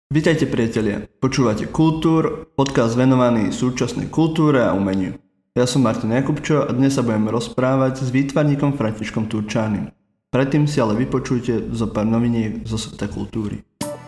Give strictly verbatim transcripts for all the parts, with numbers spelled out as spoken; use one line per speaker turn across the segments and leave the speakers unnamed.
Vítajte priatelia, počúvate Kultúr, podcast venovaný súčasnej kultúre a umeniu. Ja som Martin Jakubčo a dnes sa budeme rozprávať s výtvarníkom Františkom Turčánym. Predtým si ale vypočujte zo pár noviniek zo sveta kultúry.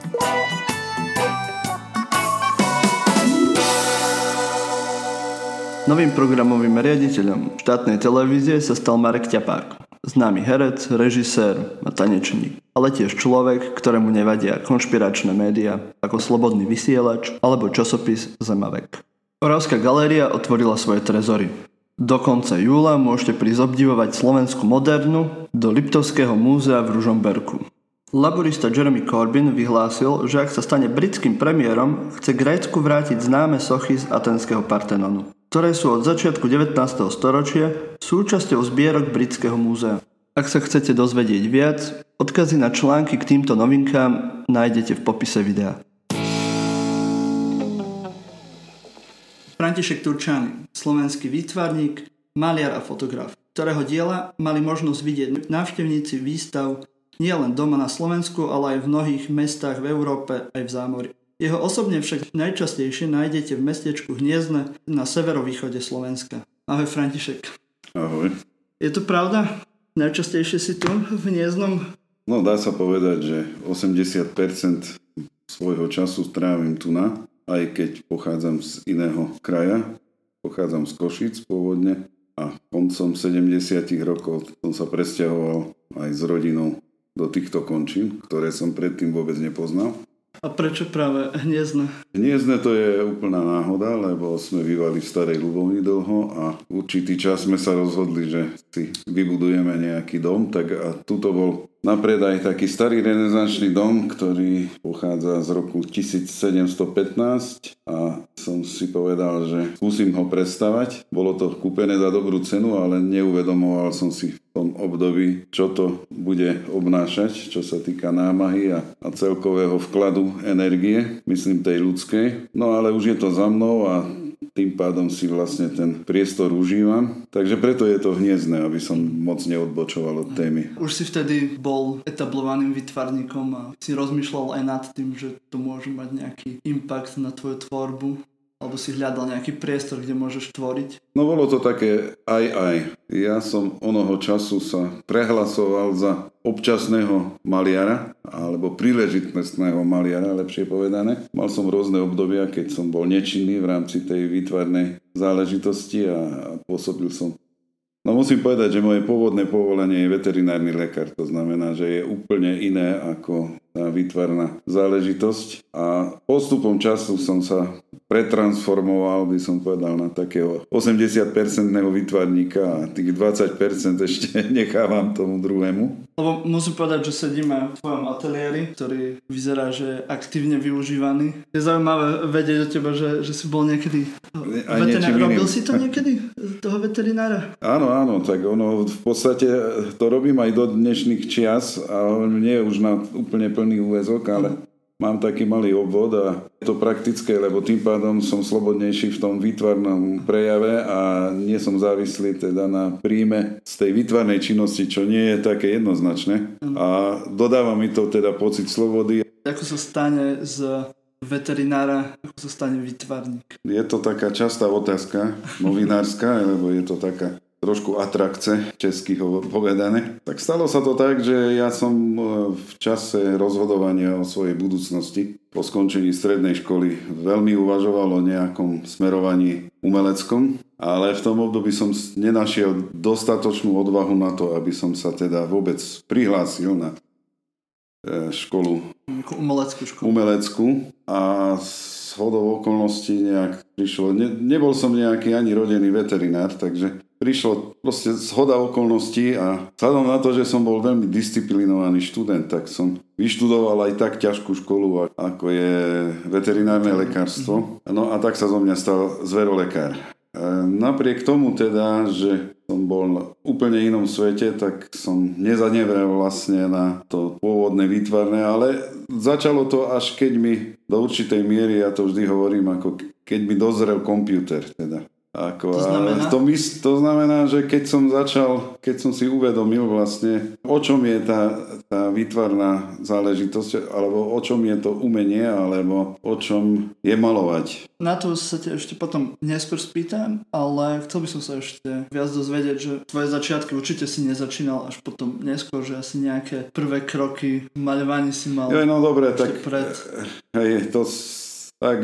Novým programovým riaditeľom štátnej televízie sa stal Marek Ťapák. Známy herec, režisér a tanečník, ale tiež človek, ktorému nevadia konšpiračné médiá ako Slobodný vysielač alebo časopis Zemavek. Oravská galéria otvorila svoje trezory. Do konca júla môžete prísť obdivovať slovenskú modernu do Liptovského múzea v Ružomberku. Laborista Jeremy Corbyn vyhlásil, že ak sa stane britským premiérom, chce Grécku vrátiť známe sochy z aténskeho Partenonu, ktoré sú od začiatku devätnásteho storočia súčasťou zbierok Britského múzea. Ak sa chcete dozvedieť viac, odkazy na články k týmto novinkám nájdete v popise videa. František Turčány, slovenský výtvarník, maliar a fotograf, ktorého diela mali možnosť vidieť návštevníci výstav nielen doma na Slovensku, ale aj v mnohých mestách v Európe aj v zámori. Jeho osobne však najčastejšie nájdete v mestečku Hniezdne na severovýchode Slovenska. Ahoj František.
Ahoj.
Je to pravda? Najčastejšie si tu v Hniezdnom?
No dá sa povedať, že osemdesiat percent svojho času strávim tu na, aj keď pochádzam z iného kraja. Pochádzam z Košíc pôvodne a koncom sedemdesiatych rokov som sa presťahoval aj s rodinou do týchto končín, ktoré som predtým vôbec nepoznal.
A prečo práve Hniezdne?
Hniezdne to je úplná náhoda, lebo sme bývali v Starej Ľubovni dlho a určitý čas sme sa rozhodli, že si vybudujeme nejaký dom, tak a tuto bol na predaj taký starý renesančný dom, ktorý pochádza z roku tisícsedemstopätnásť a som si povedal, že skúsim ho prestavať. Bolo to kúpené za dobrú cenu, ale neuvedomoval som si v tom období, čo to bude obnášať, čo sa týka námahy a, a celkového vkladu energie, myslím tej ľudskej. No ale už je to za mnou a tým pádom si vlastne ten priestor užívam. Takže preto je to Hniezdne, aby som moc neodbočoval od témy.
Už si vtedy bol etablovaným výtvarníkom a si rozmýšľal aj nad tým, že to môže mať nejaký impact na tvoju tvorbu? Alebo si hľadal nejaký priestor, kde môžeš tvoriť?
No bolo to také aj aj. Ja som onoho času sa prehlasoval za občasného maliara, alebo príležitostného maliara, lepšie povedané. Mal som rôzne obdobia, keď som bol nečinný v rámci tej výtvarnej záležitosti a pôsobil som. No musím povedať, že moje pôvodné povolanie je veterinárny lekár. To znamená, že je úplne iné ako tá výtvarná záležitosť. A postupom času som sa pretransformoval, by som povedal, na takého osemdesiat percent výtvarníka a tých dvadsať percent ešte nechávam tomu druhému.
Lebo musím povedať, že sedíme v tvojom ateliéri, ktorý vyzerá, že je aktívne využívaný. Je zaujímavé vedieť o teba, že, že si bol niekedy veterinár. Robil si to niekedy, toho veterinára?
Áno, áno, tak ono v podstate to robím aj do dnešných čias a nie je už na úplne plný úväzok, ale mám taký malý obvod a je to praktické, lebo tým pádom som slobodnejší v tom výtvarnom prejave a nie som závislý teda na príjme z tej výtvarnej činnosti, čo nie je také jednoznačné. A dodáva mi to teda pocit slobody.
Ako sa stane z veterinára, ako sa stane výtvarník?
Je to taká častá otázka novinárska, lebo je to taká trošku atrakce, česky povedané. Tak stalo sa to tak, že ja som v čase rozhodovania o svojej budúcnosti po skončení strednej školy veľmi uvažoval o nejakom smerovaní umeleckom, ale v tom období som nenašiel dostatočnú odvahu na to, aby som sa teda vôbec prihlásil na školu
umeleckú školu.
Umeleckú a s hodou okolností nejak prišlo. Ne, nebol som nejaký ani rodený veterinár, takže prišlo proste zhoda okolností a vzhľadom na to, že som bol veľmi disciplinovaný študent, tak som vyštudoval aj tak ťažkú školu, ako je veterinárne lekárstvo. No a tak sa zo mňa stal zverolekár. Napriek tomu teda, že som bol v úplne inom svete, tak som nezanevrel vlastne na to pôvodné výtvarné, ale začalo to až keď mi do určitej miery, ja to vždy hovorím, ako keď mi dozrel počítač teda. Ako,
to znamená?
To, mys- to znamená, že keď som začal, keď som si uvedomil vlastne, o čom je tá, tá výtvarná záležitosť, alebo o čom je to umenie, alebo o čom je malovať.
Na to sa ťa ešte potom neskôr spýtam, ale chcel by som sa ešte viac dozvedieť, že tvoje začiatky určite si nezačínal až potom neskôr, že asi nejaké prvé kroky v maľovaní si mal.
Jo, no dobre, tak
pred...
hej, to... Tak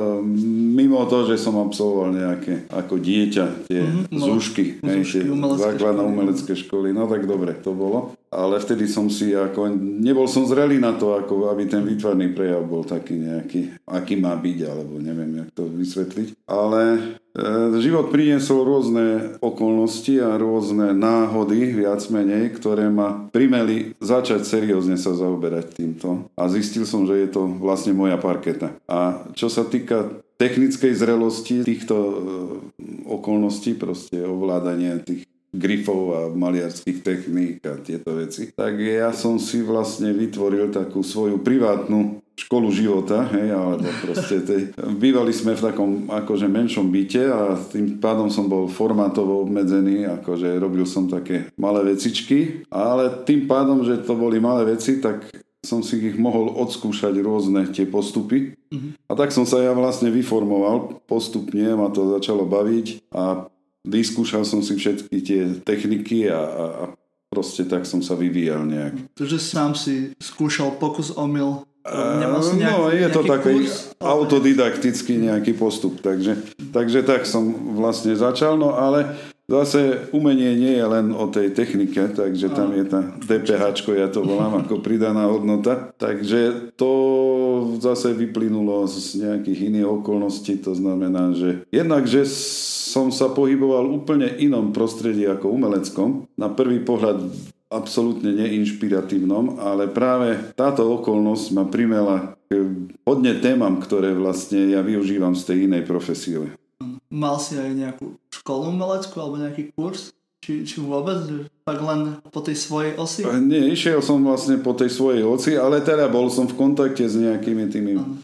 mimo toho, že som absolvoval nejaké ako dieťa tie
mm-hmm,
zúšky,
no,
tie základné umelecké školy, no tak dobre, to bolo. Ale vtedy som si ako, nebol som zrelý na to, ako aby ten výtvarný prejav bol taký nejaký, aký má byť, alebo neviem, jak to vysvetliť. Ale e, život priniesol rôzne okolnosti a rôzne náhody, viac menej, ktoré ma primeli začať seriózne sa zaoberať týmto. A zistil som, že je to vlastne moja parketa. A čo sa týka technickej zrelosti týchto e, okolností, proste ovládania tých grifov a maliarských techník a tieto veci, tak ja som si vlastne vytvoril takú svoju privátnu školu života, hej, alebo proste tej, bývali sme v takom akože menšom byte a tým pádom som bol formátovo obmedzený, akože robil som také malé vecičky, ale tým pádom, že to boli malé veci, tak som si ich mohol odskúšať rôzne tie postupy. Mm-hmm. A tak som sa ja vlastne vyformoval postupne, ma to začalo baviť a vyskúšal som si všetky tie techniky a, a, a proste tak som sa vyvíjal nejak.
Takže sám si skúšal pokus omyl.
Nemal si nejaký, no je to taký kurz, autodidaktický nejaký postup, takže, takže tak som vlastne začal, no ale zase umenie nie je len o tej technike, takže tam je tá DPHčko, ja to volám ako pridaná hodnota, takže to zase vyplynulo z nejakých iných okolností, to znamená, že jednak, že som sa pohyboval úplne inom prostredí ako umeleckom, na prvý pohľad absolútne neinšpiratívnom, ale práve táto okolnosť ma primela k hodne témam, ktoré vlastne ja využívam z tej inej profesie.
Mal si aj nejakú školu umeleckú alebo nejaký kurz? Či, či vôbec? Tak len po tej svojej osi?
Nie, išiel som vlastne po tej svojej osi, ale teda bol som v kontakte s nejakými tými uh.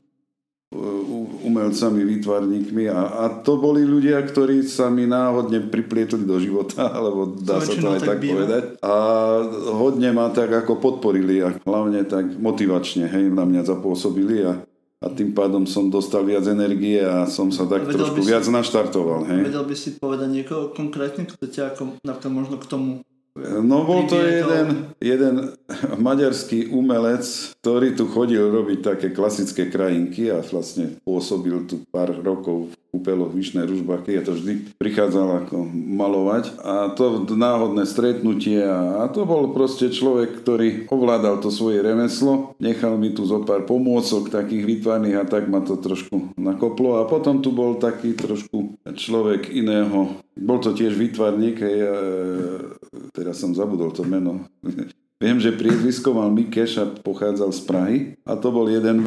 umelcami, výtvarníkmi a, a to boli ľudia, ktorí sa mi náhodne priplietli do života, alebo dá sa to aj tak, tak povedať. A hodne ma tak ako podporili a hlavne tak motivačne, hej, na mňa zapôsobili a, a tým pádom som dostal viac energie a som sa tak vedel trošku si, viac naštartoval. Hej.
Vedel by si povedať niekoho konkrétne, kto ťa ako, možno k tomu...
No bol to jeden, jeden maďarský umelec, ktorý tu chodil robiť také klasické krajinky a vlastne pôsobil tu pár rokov v kúpeloch Vyšné Ružbáky a to vždy prichádzal ako malovať a to náhodné stretnutie a, a to bol proste človek, ktorý ovládal to svoje remeslo, nechal mi tu zo pár pomôcok takých výtvarných a tak ma to trošku nakoplo a potom tu bol taký trošku človek iného, bol to tiež výtvarník, hej, e, teraz som zabudol to meno. Viem, že priezvisko mal Mikeš a pochádzal z Prahy a to bol jeden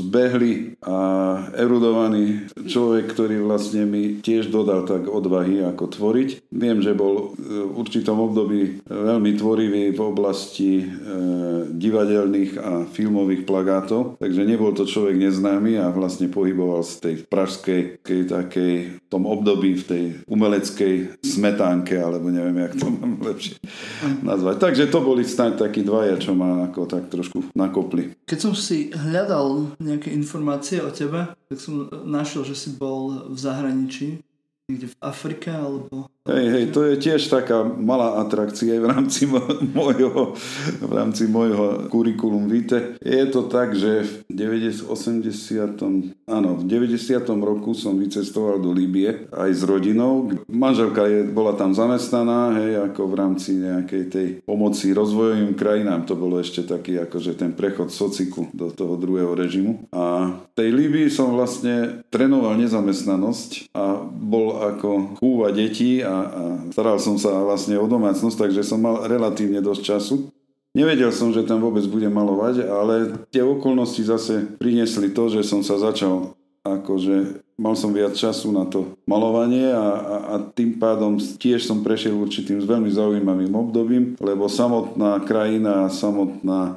zbehlý a erudovaný človek, ktorý vlastne mi tiež dodal tak odvahy, ako tvoriť. Viem, že bol v určitom období veľmi tvorivý v oblasti e, divadelných a filmových plagátov, takže nebol to človek neznámy a vlastne pohyboval z tej pražskej takej tom období v tej umeleckej smetánke, alebo neviem, jak to mám lepšie nazvať. Takže to boli snáď takí dvaja, čo ma ako tak trošku nakopli.
Keď som si hľadal nejaké informácie o tebe, tak som našiel, že si bol v zahraničí, niekde v Afrike, alebo...
Hej, hej, to je tiež taká malá atrakcia v rámci môjho, v rámci môjho kurikulum vitae. Je to tak, že v osemdesiatom áno, v deväťdesiatom roku som vycestoval do Líbie aj s rodinou. Manželka je, bola tam zamestnaná, hej, ako v rámci nejakej tej pomoci rozvojovým krajinám. To bolo ešte taký, akože ten prechod sociku do toho druhého režimu. A v tej Líbii som vlastne trénoval nezamestnanosť a bol ako chúva detí a a staral som sa vlastne o domácnosť, takže som mal relatívne dosť času. Nevedel som, že tam vôbec budem malovať, ale tie okolnosti zase priniesli to, že som sa začal, akože mal som viac času na to malovanie a, a, a tým pádom tiež som prešiel určitým veľmi zaujímavým obdobím, lebo samotná krajina, samotná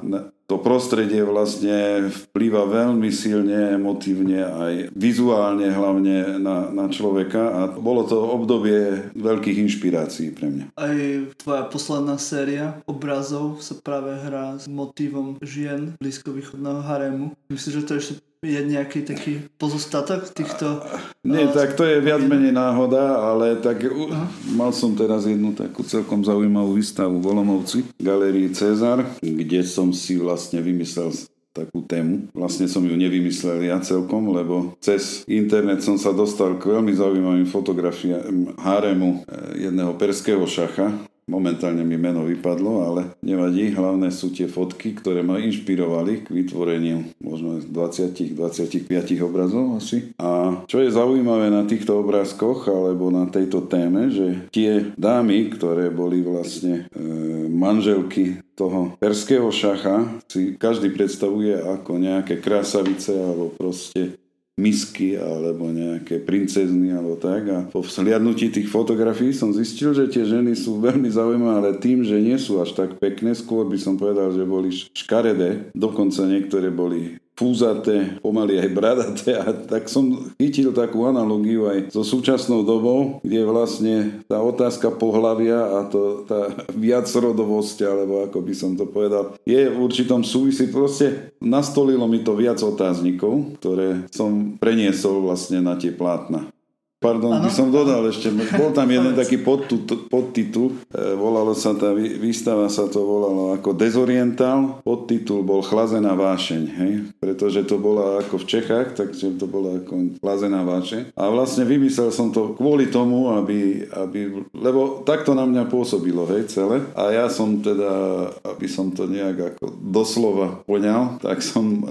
to prostredie vlastne vplýva veľmi silne, emotívne aj vizuálne hlavne na, na človeka a bolo to obdobie veľkých inšpirácií pre mňa.
Aj tvoja posledná séria obrazov sa práve hrá s motívom žien blízkovýchodného harému. Myslíš, že to ešte je nejaký taký pozostatok týchto...
Nie, uh, tak to je viac menej náhoda, ale tak uh, mal som teraz jednu takú celkom zaujímavú výstavu v Olomouci, Galérii Cezar, kde som si vlastne vymyslel takú tému. Vlastne som ju nevymyslel ja celkom, lebo cez internet som sa dostal k veľmi zaujímavým fotografiám haremu jedného perského šacha. Momentálne mi meno vypadlo, ale nevadí. Hlavné sú tie fotky, ktoré ma inšpirovali k vytvoreniu možno dvadsať dvadsaťpäť obrazov asi. A čo je zaujímavé na týchto obrázkoch alebo na tejto téme, že tie dámy, ktoré boli vlastne e, manželky toho perského šacha, si každý predstavuje ako nejaké krásavice alebo proste misky alebo nejaké princezny alebo tak a po vzhliadnutí tých fotografií som zistil, že tie ženy sú veľmi zaujímavé, ale tým, že nie sú až tak pekné, skôr by som povedal, že boli škaredé, dokonca niektoré boli fúzaté, pomaly aj bradaté a tak som chytil takú analogiu aj so súčasnou dobou, kde vlastne tá otázka pohlavia a to, tá viacrodovosť, alebo ako by som to povedal, je v určitom súvisí. Proste nastolilo mi to viac otáznikov, ktoré som preniesol vlastne na tie plátna. Pardon, ano? by som dodal ešte, bol tam jeden taký podtitul, podtitul, e, volalo sa tá výstava, sa to volalo ako Dezoriental, podtitul bol Chlazená vášeň, hej? Pretože to bola ako v Čechách, takže to bola ako chlazená vášeň. A vlastne vymyslel som to kvôli tomu, aby, aby, lebo takto na mňa pôsobilo, hej, celé. A ja som teda, aby som to nejak ako doslova poňal, tak som e,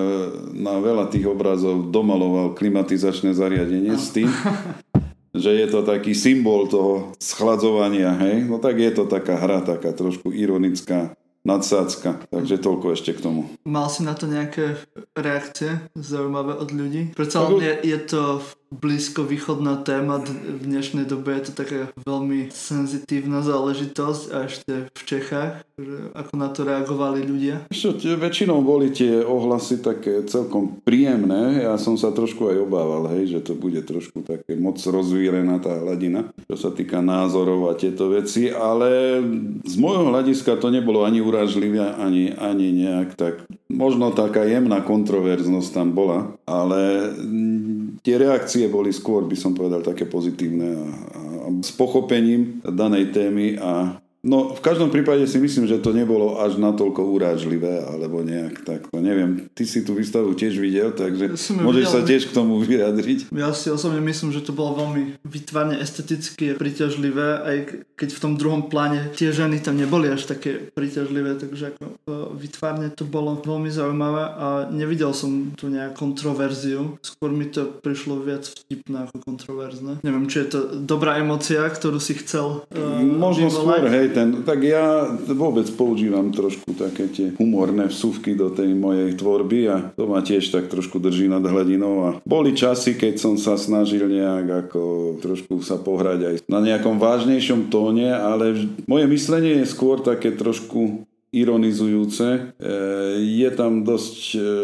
na veľa tých obrazov domaloval klimatizačné zariadenie s tým, že je to taký symbol toho schladzovania, hej? No tak je to taká hra, taká trošku ironická nadsádzka, takže toľko ešte k tomu.
Mal si na to nejaké reakcie zaujímavé od ľudí? Predsa len je, je to blízkovýchodná téma, v dnešnej dobe je to taká veľmi senzitívna záležitosť a ešte v Čechách, že ako na to reagovali ľudia?
Ešte väčšinou boli tie ohlasy také celkom príjemné, ja som sa trošku aj obával, hej, že to bude trošku také moc rozvírená tá hladina, čo sa týka názorov a tieto veci, ale z môjho hľadiska to nebolo ani urážlivé, ani, ani nejak tak, možno taká jemná kontroverznosť tam bola, ale tie reakcie boli skôr, by som povedal, také pozitívne a, a s pochopením danej témy a no, v každom prípade si myslím, že to nebolo až natoľko urážlivé, alebo nejak tak, to neviem. Ty si tú výstavu tiež videl, takže môžeš videl, sa tiež k tomu vyjadriť.
Ja si osobne myslím, že to bolo veľmi výtvarne esteticky príťažlivé, aj keď v tom druhom pláne tie ženy tam neboli až také príťažlivé, takže ako výtvarne to bolo veľmi zaujímavé a nevidel som tu nejakú kontroverziu. Skôr mi to prišlo viac vtipné ako kontroverzné. Neviem, či je to dobrá emócia, ktorú si chcel uh,
možno vyvolať. Skôr, hej, ten, tak ja vôbec používam trošku také tie humorné vsuvky do tej mojej tvorby a to ma tiež tak trošku drží nad hladinou a boli časy, keď som sa snažil nejak ako trošku sa pohrať aj na nejakom vážnejšom tóne, ale moje myslenie je skôr také trošku ironizujúce. Je tam dosť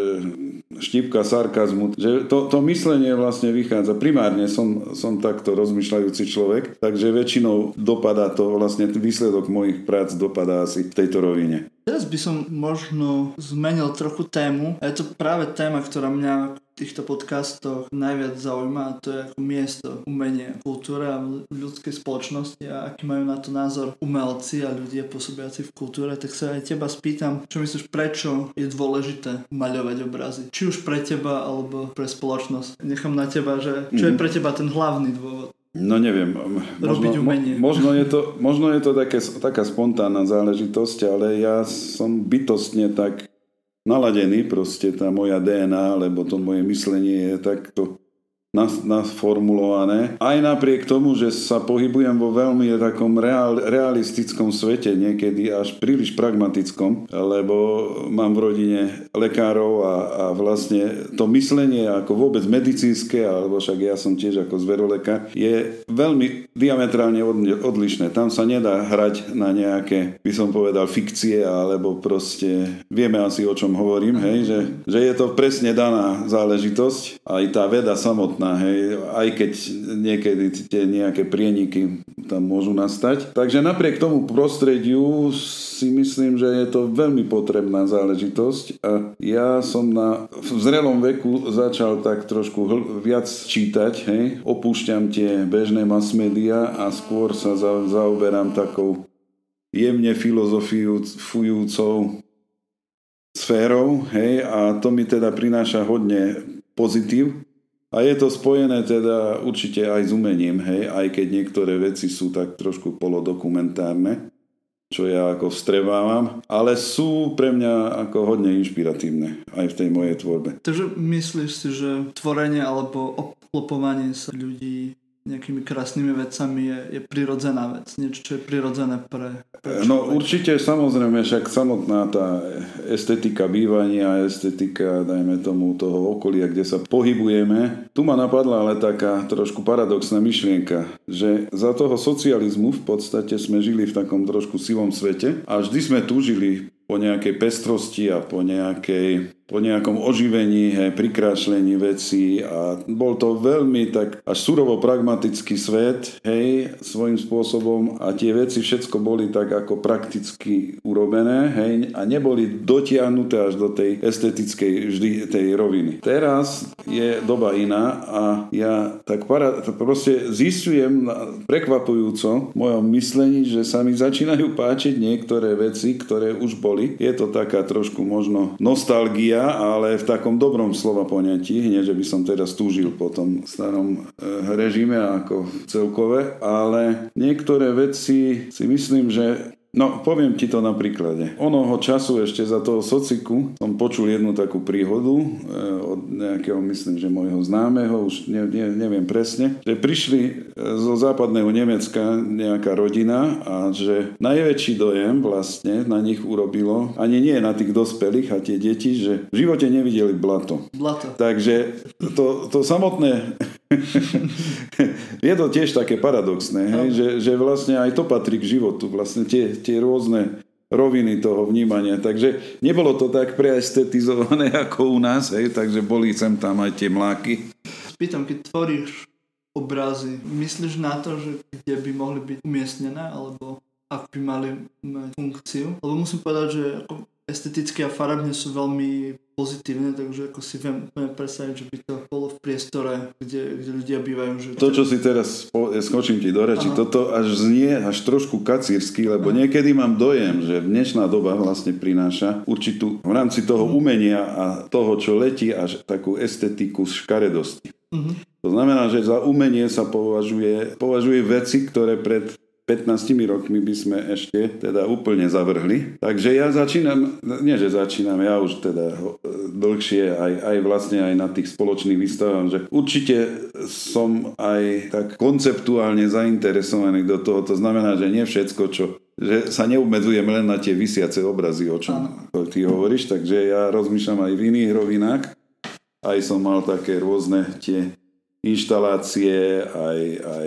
štipka sarkazmu, že to, to myslenie vlastne vychádza. Primárne som, som takto rozmýšľajúci človek, takže väčšinou dopadá to, vlastne výsledok mojich prác dopadá asi v tejto rovine.
Teraz by som možno zmenil trochu tému. A je to práve téma, ktorá mňa v týchto podcastoch najviac zaujíma a to je ako miesto umenia, kultúra v ľudskej spoločnosti a aký majú na to názor umelci a ľudia pôsobiaci v kultúre. Tak sa aj teba spýtam, čo myslíš, prečo je dôležité maľovať obrazy? Či už pre teba alebo pre spoločnosť? Nechám na teba, že čo je pre teba ten hlavný dôvod?
No neviem, možno, možno je to, možno je to také, taká spontánna záležitosť, ale ja som bytostne tak naladený, proste tá moja dé en á, lebo to moje myslenie je takto naformulované. Aj napriek tomu, že sa pohybujem vo veľmi takom real, realistickom svete, niekedy až príliš pragmatickom, lebo mám v rodine lekárov a, a vlastne to myslenie ako vôbec medicínske, alebo však ja som tiež ako zverolekár, je veľmi diametrálne odlišné. Tam sa nedá hrať na nejaké, by som povedal, fikcie, alebo proste vieme asi, o čom hovorím, hej, že, že je to presne daná záležitosť. Aj tá veda samotná, hej, aj keď niekedy tie nejaké prieniky tam môžu nastať. Takže napriek tomu prostrediu si myslím, že je to veľmi potrebná záležitosť a ja som na, v zrelom veku začal tak trošku hl, viac čítať, hej, opúšťam tie bežné mass media a skôr sa za, zaoberám takou jemne filozofujúcou sférou, hej, a to mi teda prináša hodne pozitív. A je to spojené teda určite aj s umením, hej, aj keď niektoré veci sú tak trošku polodokumentárne, čo ja ako vstrebávam, ale sú pre mňa ako hodne inšpiratívne aj v tej mojej tvorbe.
Takže myslíš si, že tvorenie alebo obklopovanie sa ľudí nejakými krásnymi vecami je, je prirodzená vec, niečo, čo je prirodzené pre, pre
No určite, samozrejme, však samotná tá estetika bývania, estetika, dajme tomu, toho okolia, kde sa pohybujeme. Tu ma napadla ale taká trošku paradoxná myšlienka, že za toho socializmu v podstate sme žili v takom trošku sivom svete a vždy sme túžili po nejakej pestrosti a po nejakej po nejakom oživení, hej, prikrášlení vecí a bol to veľmi tak až surovo pragmatický svet, hej, svojím spôsobom a tie veci všetko boli tak ako prakticky urobené, hej, a neboli dotiahnuté až do tej estetickej vždy tej roviny. Teraz je doba iná a ja tak para, proste zistujem prekvapujúco v mojom myslení, že sa mi začínajú páčiť niektoré veci, ktoré už boli. Je to taká trošku možno nostalgia, ale v takom dobrom slova poňatí, nie že by som teraz túžil po tom starom režime ako celkové, ale niektoré veci si myslím, že no, poviem ti to na príklade. Onoho času ešte za toho sociku som počul jednu takú príhodu e, od nejakého, myslím, že môjho známeho, už ne, ne, neviem presne, že prišli zo západného Nemecka nejaká rodina a že najväčší dojem vlastne na nich urobilo, ani nie na tých dospelých a tie deti, že v živote nevideli blato.
Blato.
Takže to, to samotné je to tiež také paradoxné, hej, že, že vlastne aj to patrí k životu, vlastne tie, tie rôzne roviny toho vnímania, takže nebolo to tak preestetizované ako u nás, hej, takže boli sem tam aj tie mláky.
Spýtam, keď tvoríš obrazy, myslíš na to, že kde by mohli byť umiestnené, alebo ak by mali mať funkciu? Lebo musím povedať, že ako esteticky a farebne sú veľmi pozitívne, takže ako si viem predstaviť, že by to bolo v priestore, kde, kde ľudia bývajú. Že
to, čo si teraz po, skočím ti do reči, aha, toto až znie až trošku kacírsky, lebo aha, niekedy mám dojem, že dnešná doba vlastne prináša určitú v rámci toho umenia a toho, čo letí, až takú estetiku škaredosti. Uh-huh. To znamená, že za umenie sa považuje, považuje veci, ktoré pred pätnástimi rokmi by sme ešte teda úplne zavrhli. Takže ja začínam, nie že začínam, ja už teda dlhšie aj, aj vlastne aj na tých spoločných výstavách, že určite som aj tak konceptuálne zainteresovaný do toho. To znamená, že nie všetko, čo že sa neobmedzujem len na tie visiace obrazy, o čom ty hovoríš, takže ja rozmýšľam aj v iných rovinách. Aj som mal také rôzne tie inštalácie, aj, aj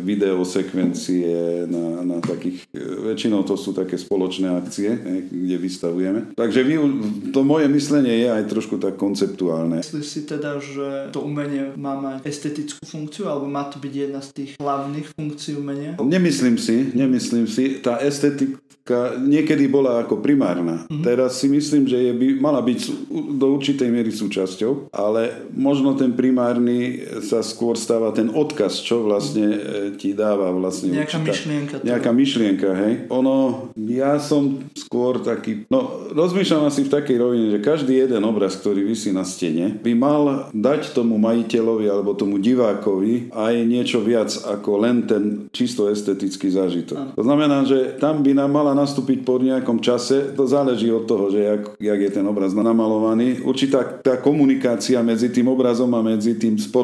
videosekvencie na, na takých, väčšinou to sú také spoločné akcie, kde vystavujeme. Takže to moje myslenie je aj trošku tak konceptuálne.
Myslíš si teda, že to umenie má mať estetickú funkciu, alebo má to byť jedna z tých hlavných funkcií umenia?
Nemyslím si, nemyslím si. Tá estetika niekedy bola ako primárna. Mm-hmm. Teraz si myslím, že je by, mala byť do určitej miery súčasťou, ale možno ten primárny sa skôr stáva ten odkaz, čo vlastne ti dáva vlastne
nejaká určitá, myšlienka. To... Nejaká
myšlienka, hej. Ono, ja som skôr taký, no rozmýšľam asi v takej rovine, že každý jeden obraz, ktorý visí na stene, by mal dať tomu majiteľovi alebo tomu divákovi aj niečo viac ako len ten čisto estetický zážitok. Ano. To znamená, že tam by nám mala nastúpiť po nejakom čase, to záleží od toho, že jak, jak je ten obraz namalovaný, určitá tá komunikácia medzi tým obrazom a medzi tým pozor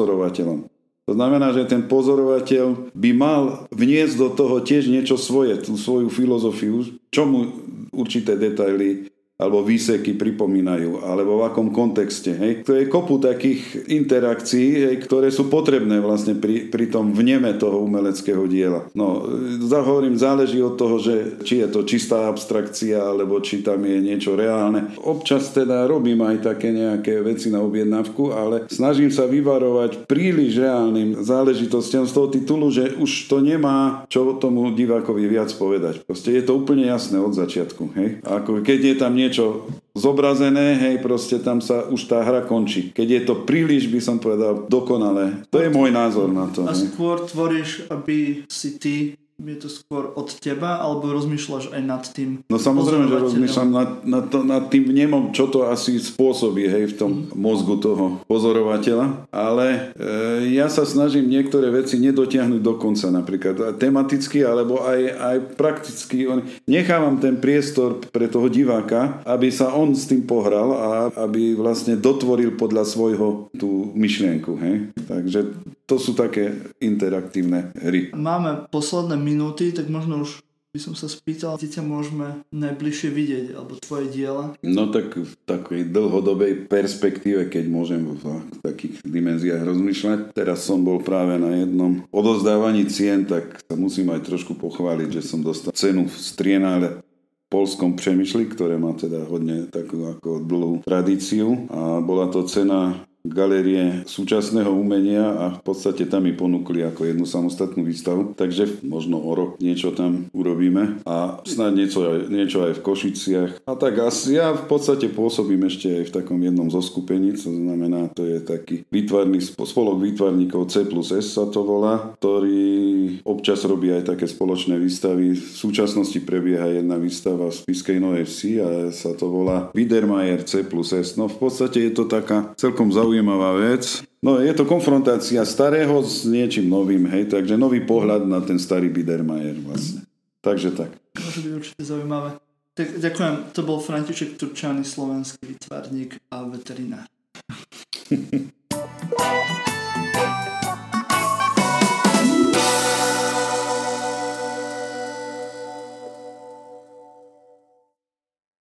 pozorovateľom. To znamená, že ten pozorovateľ by mal vniesť do toho tiež niečo svoje, tú svoju filozofiu, čo mu určité detaily alebo výseky pripomínajú, alebo v akom kontexte. Hej. To je kopu takých interakcií, hej, ktoré sú potrebné vlastne pri, pri tom vneme toho umeleckého diela. No, zahovorím, záleží od toho, že či je to čistá abstrakcia, alebo či tam je niečo reálne. Občas teda robím aj také nejaké veci na objednávku, ale snažím sa vyvarovať príliš reálnym záležitostiam z toho titulu, že už to nemá čo tomu divákovi viac povedať. Proste je to úplne jasné od začiatku. Hej. Ako keď je tam niečo niečo zobrazené, hej, proste tam sa už tá hra končí. Keď je to príliš, by som povedal, dokonalé. To je môj názor na to.
A
hej.
skôr tvoríš, aby si ty, je to skôr od teba, alebo rozmýšľaš aj nad tým?
No samozrejme, že rozmýšľam nad, nad, to, nad tým vnemom, čo to asi spôsobí, hej, v tom mm. mozgu toho pozorovateľa. Ale e, ja sa snažím niektoré veci nedotiahnuť do konca, napríklad tematicky, alebo aj, aj prakticky. Nechávam ten priestor pre toho diváka, aby sa on s tým pohral a aby vlastne dotvoril podľa svojho tú myšlienku. Hej. Takže to sú také interaktívne hry.
Máme posledné minúty, tak možno už by som sa spýtal, kde ťa môžeme najbližšie vidieť, alebo tvoje diela?
No tak v takej dlhodobej perspektíve, keď môžem v takých dimenziách rozmýšľať. Teraz som bol práve na jednom odozdávaní cien, tak sa musím aj trošku pochváliť, že som dostal cenu v Strienále v Poľskom Přemyšli, ktoré má teda hodne takú ako dlhú tradíciu, a bola to cena galérie súčasného umenia a v podstate tam mi ponúkli ako jednu samostatnú výstavu, takže možno o rok niečo tam urobíme a snáď niečo, niečo aj v Košiciach. A tak asi ja v podstate pôsobím ešte aj v takom jednom zoskupení, to znamená, to je taký výtvarný spolok výtvarníkov C plus S sa to volá, ktorý občas robí aj také spoločné výstavy. V súčasnosti prebieha jedna výstava v Spišskej Novej Vsi a sa to volá Biedermeier C plus S. No v podstate je to taká celkom zaujímavá vec. No je to konfrontácia starého s niečím novým, hej, takže nový pohľad na ten starý Biedermeier vlastne. Takže tak.
Môže byť určite zaujímavé. Tak ďakujem, to bol František Turčány, slovenský výtvarník a veterinár.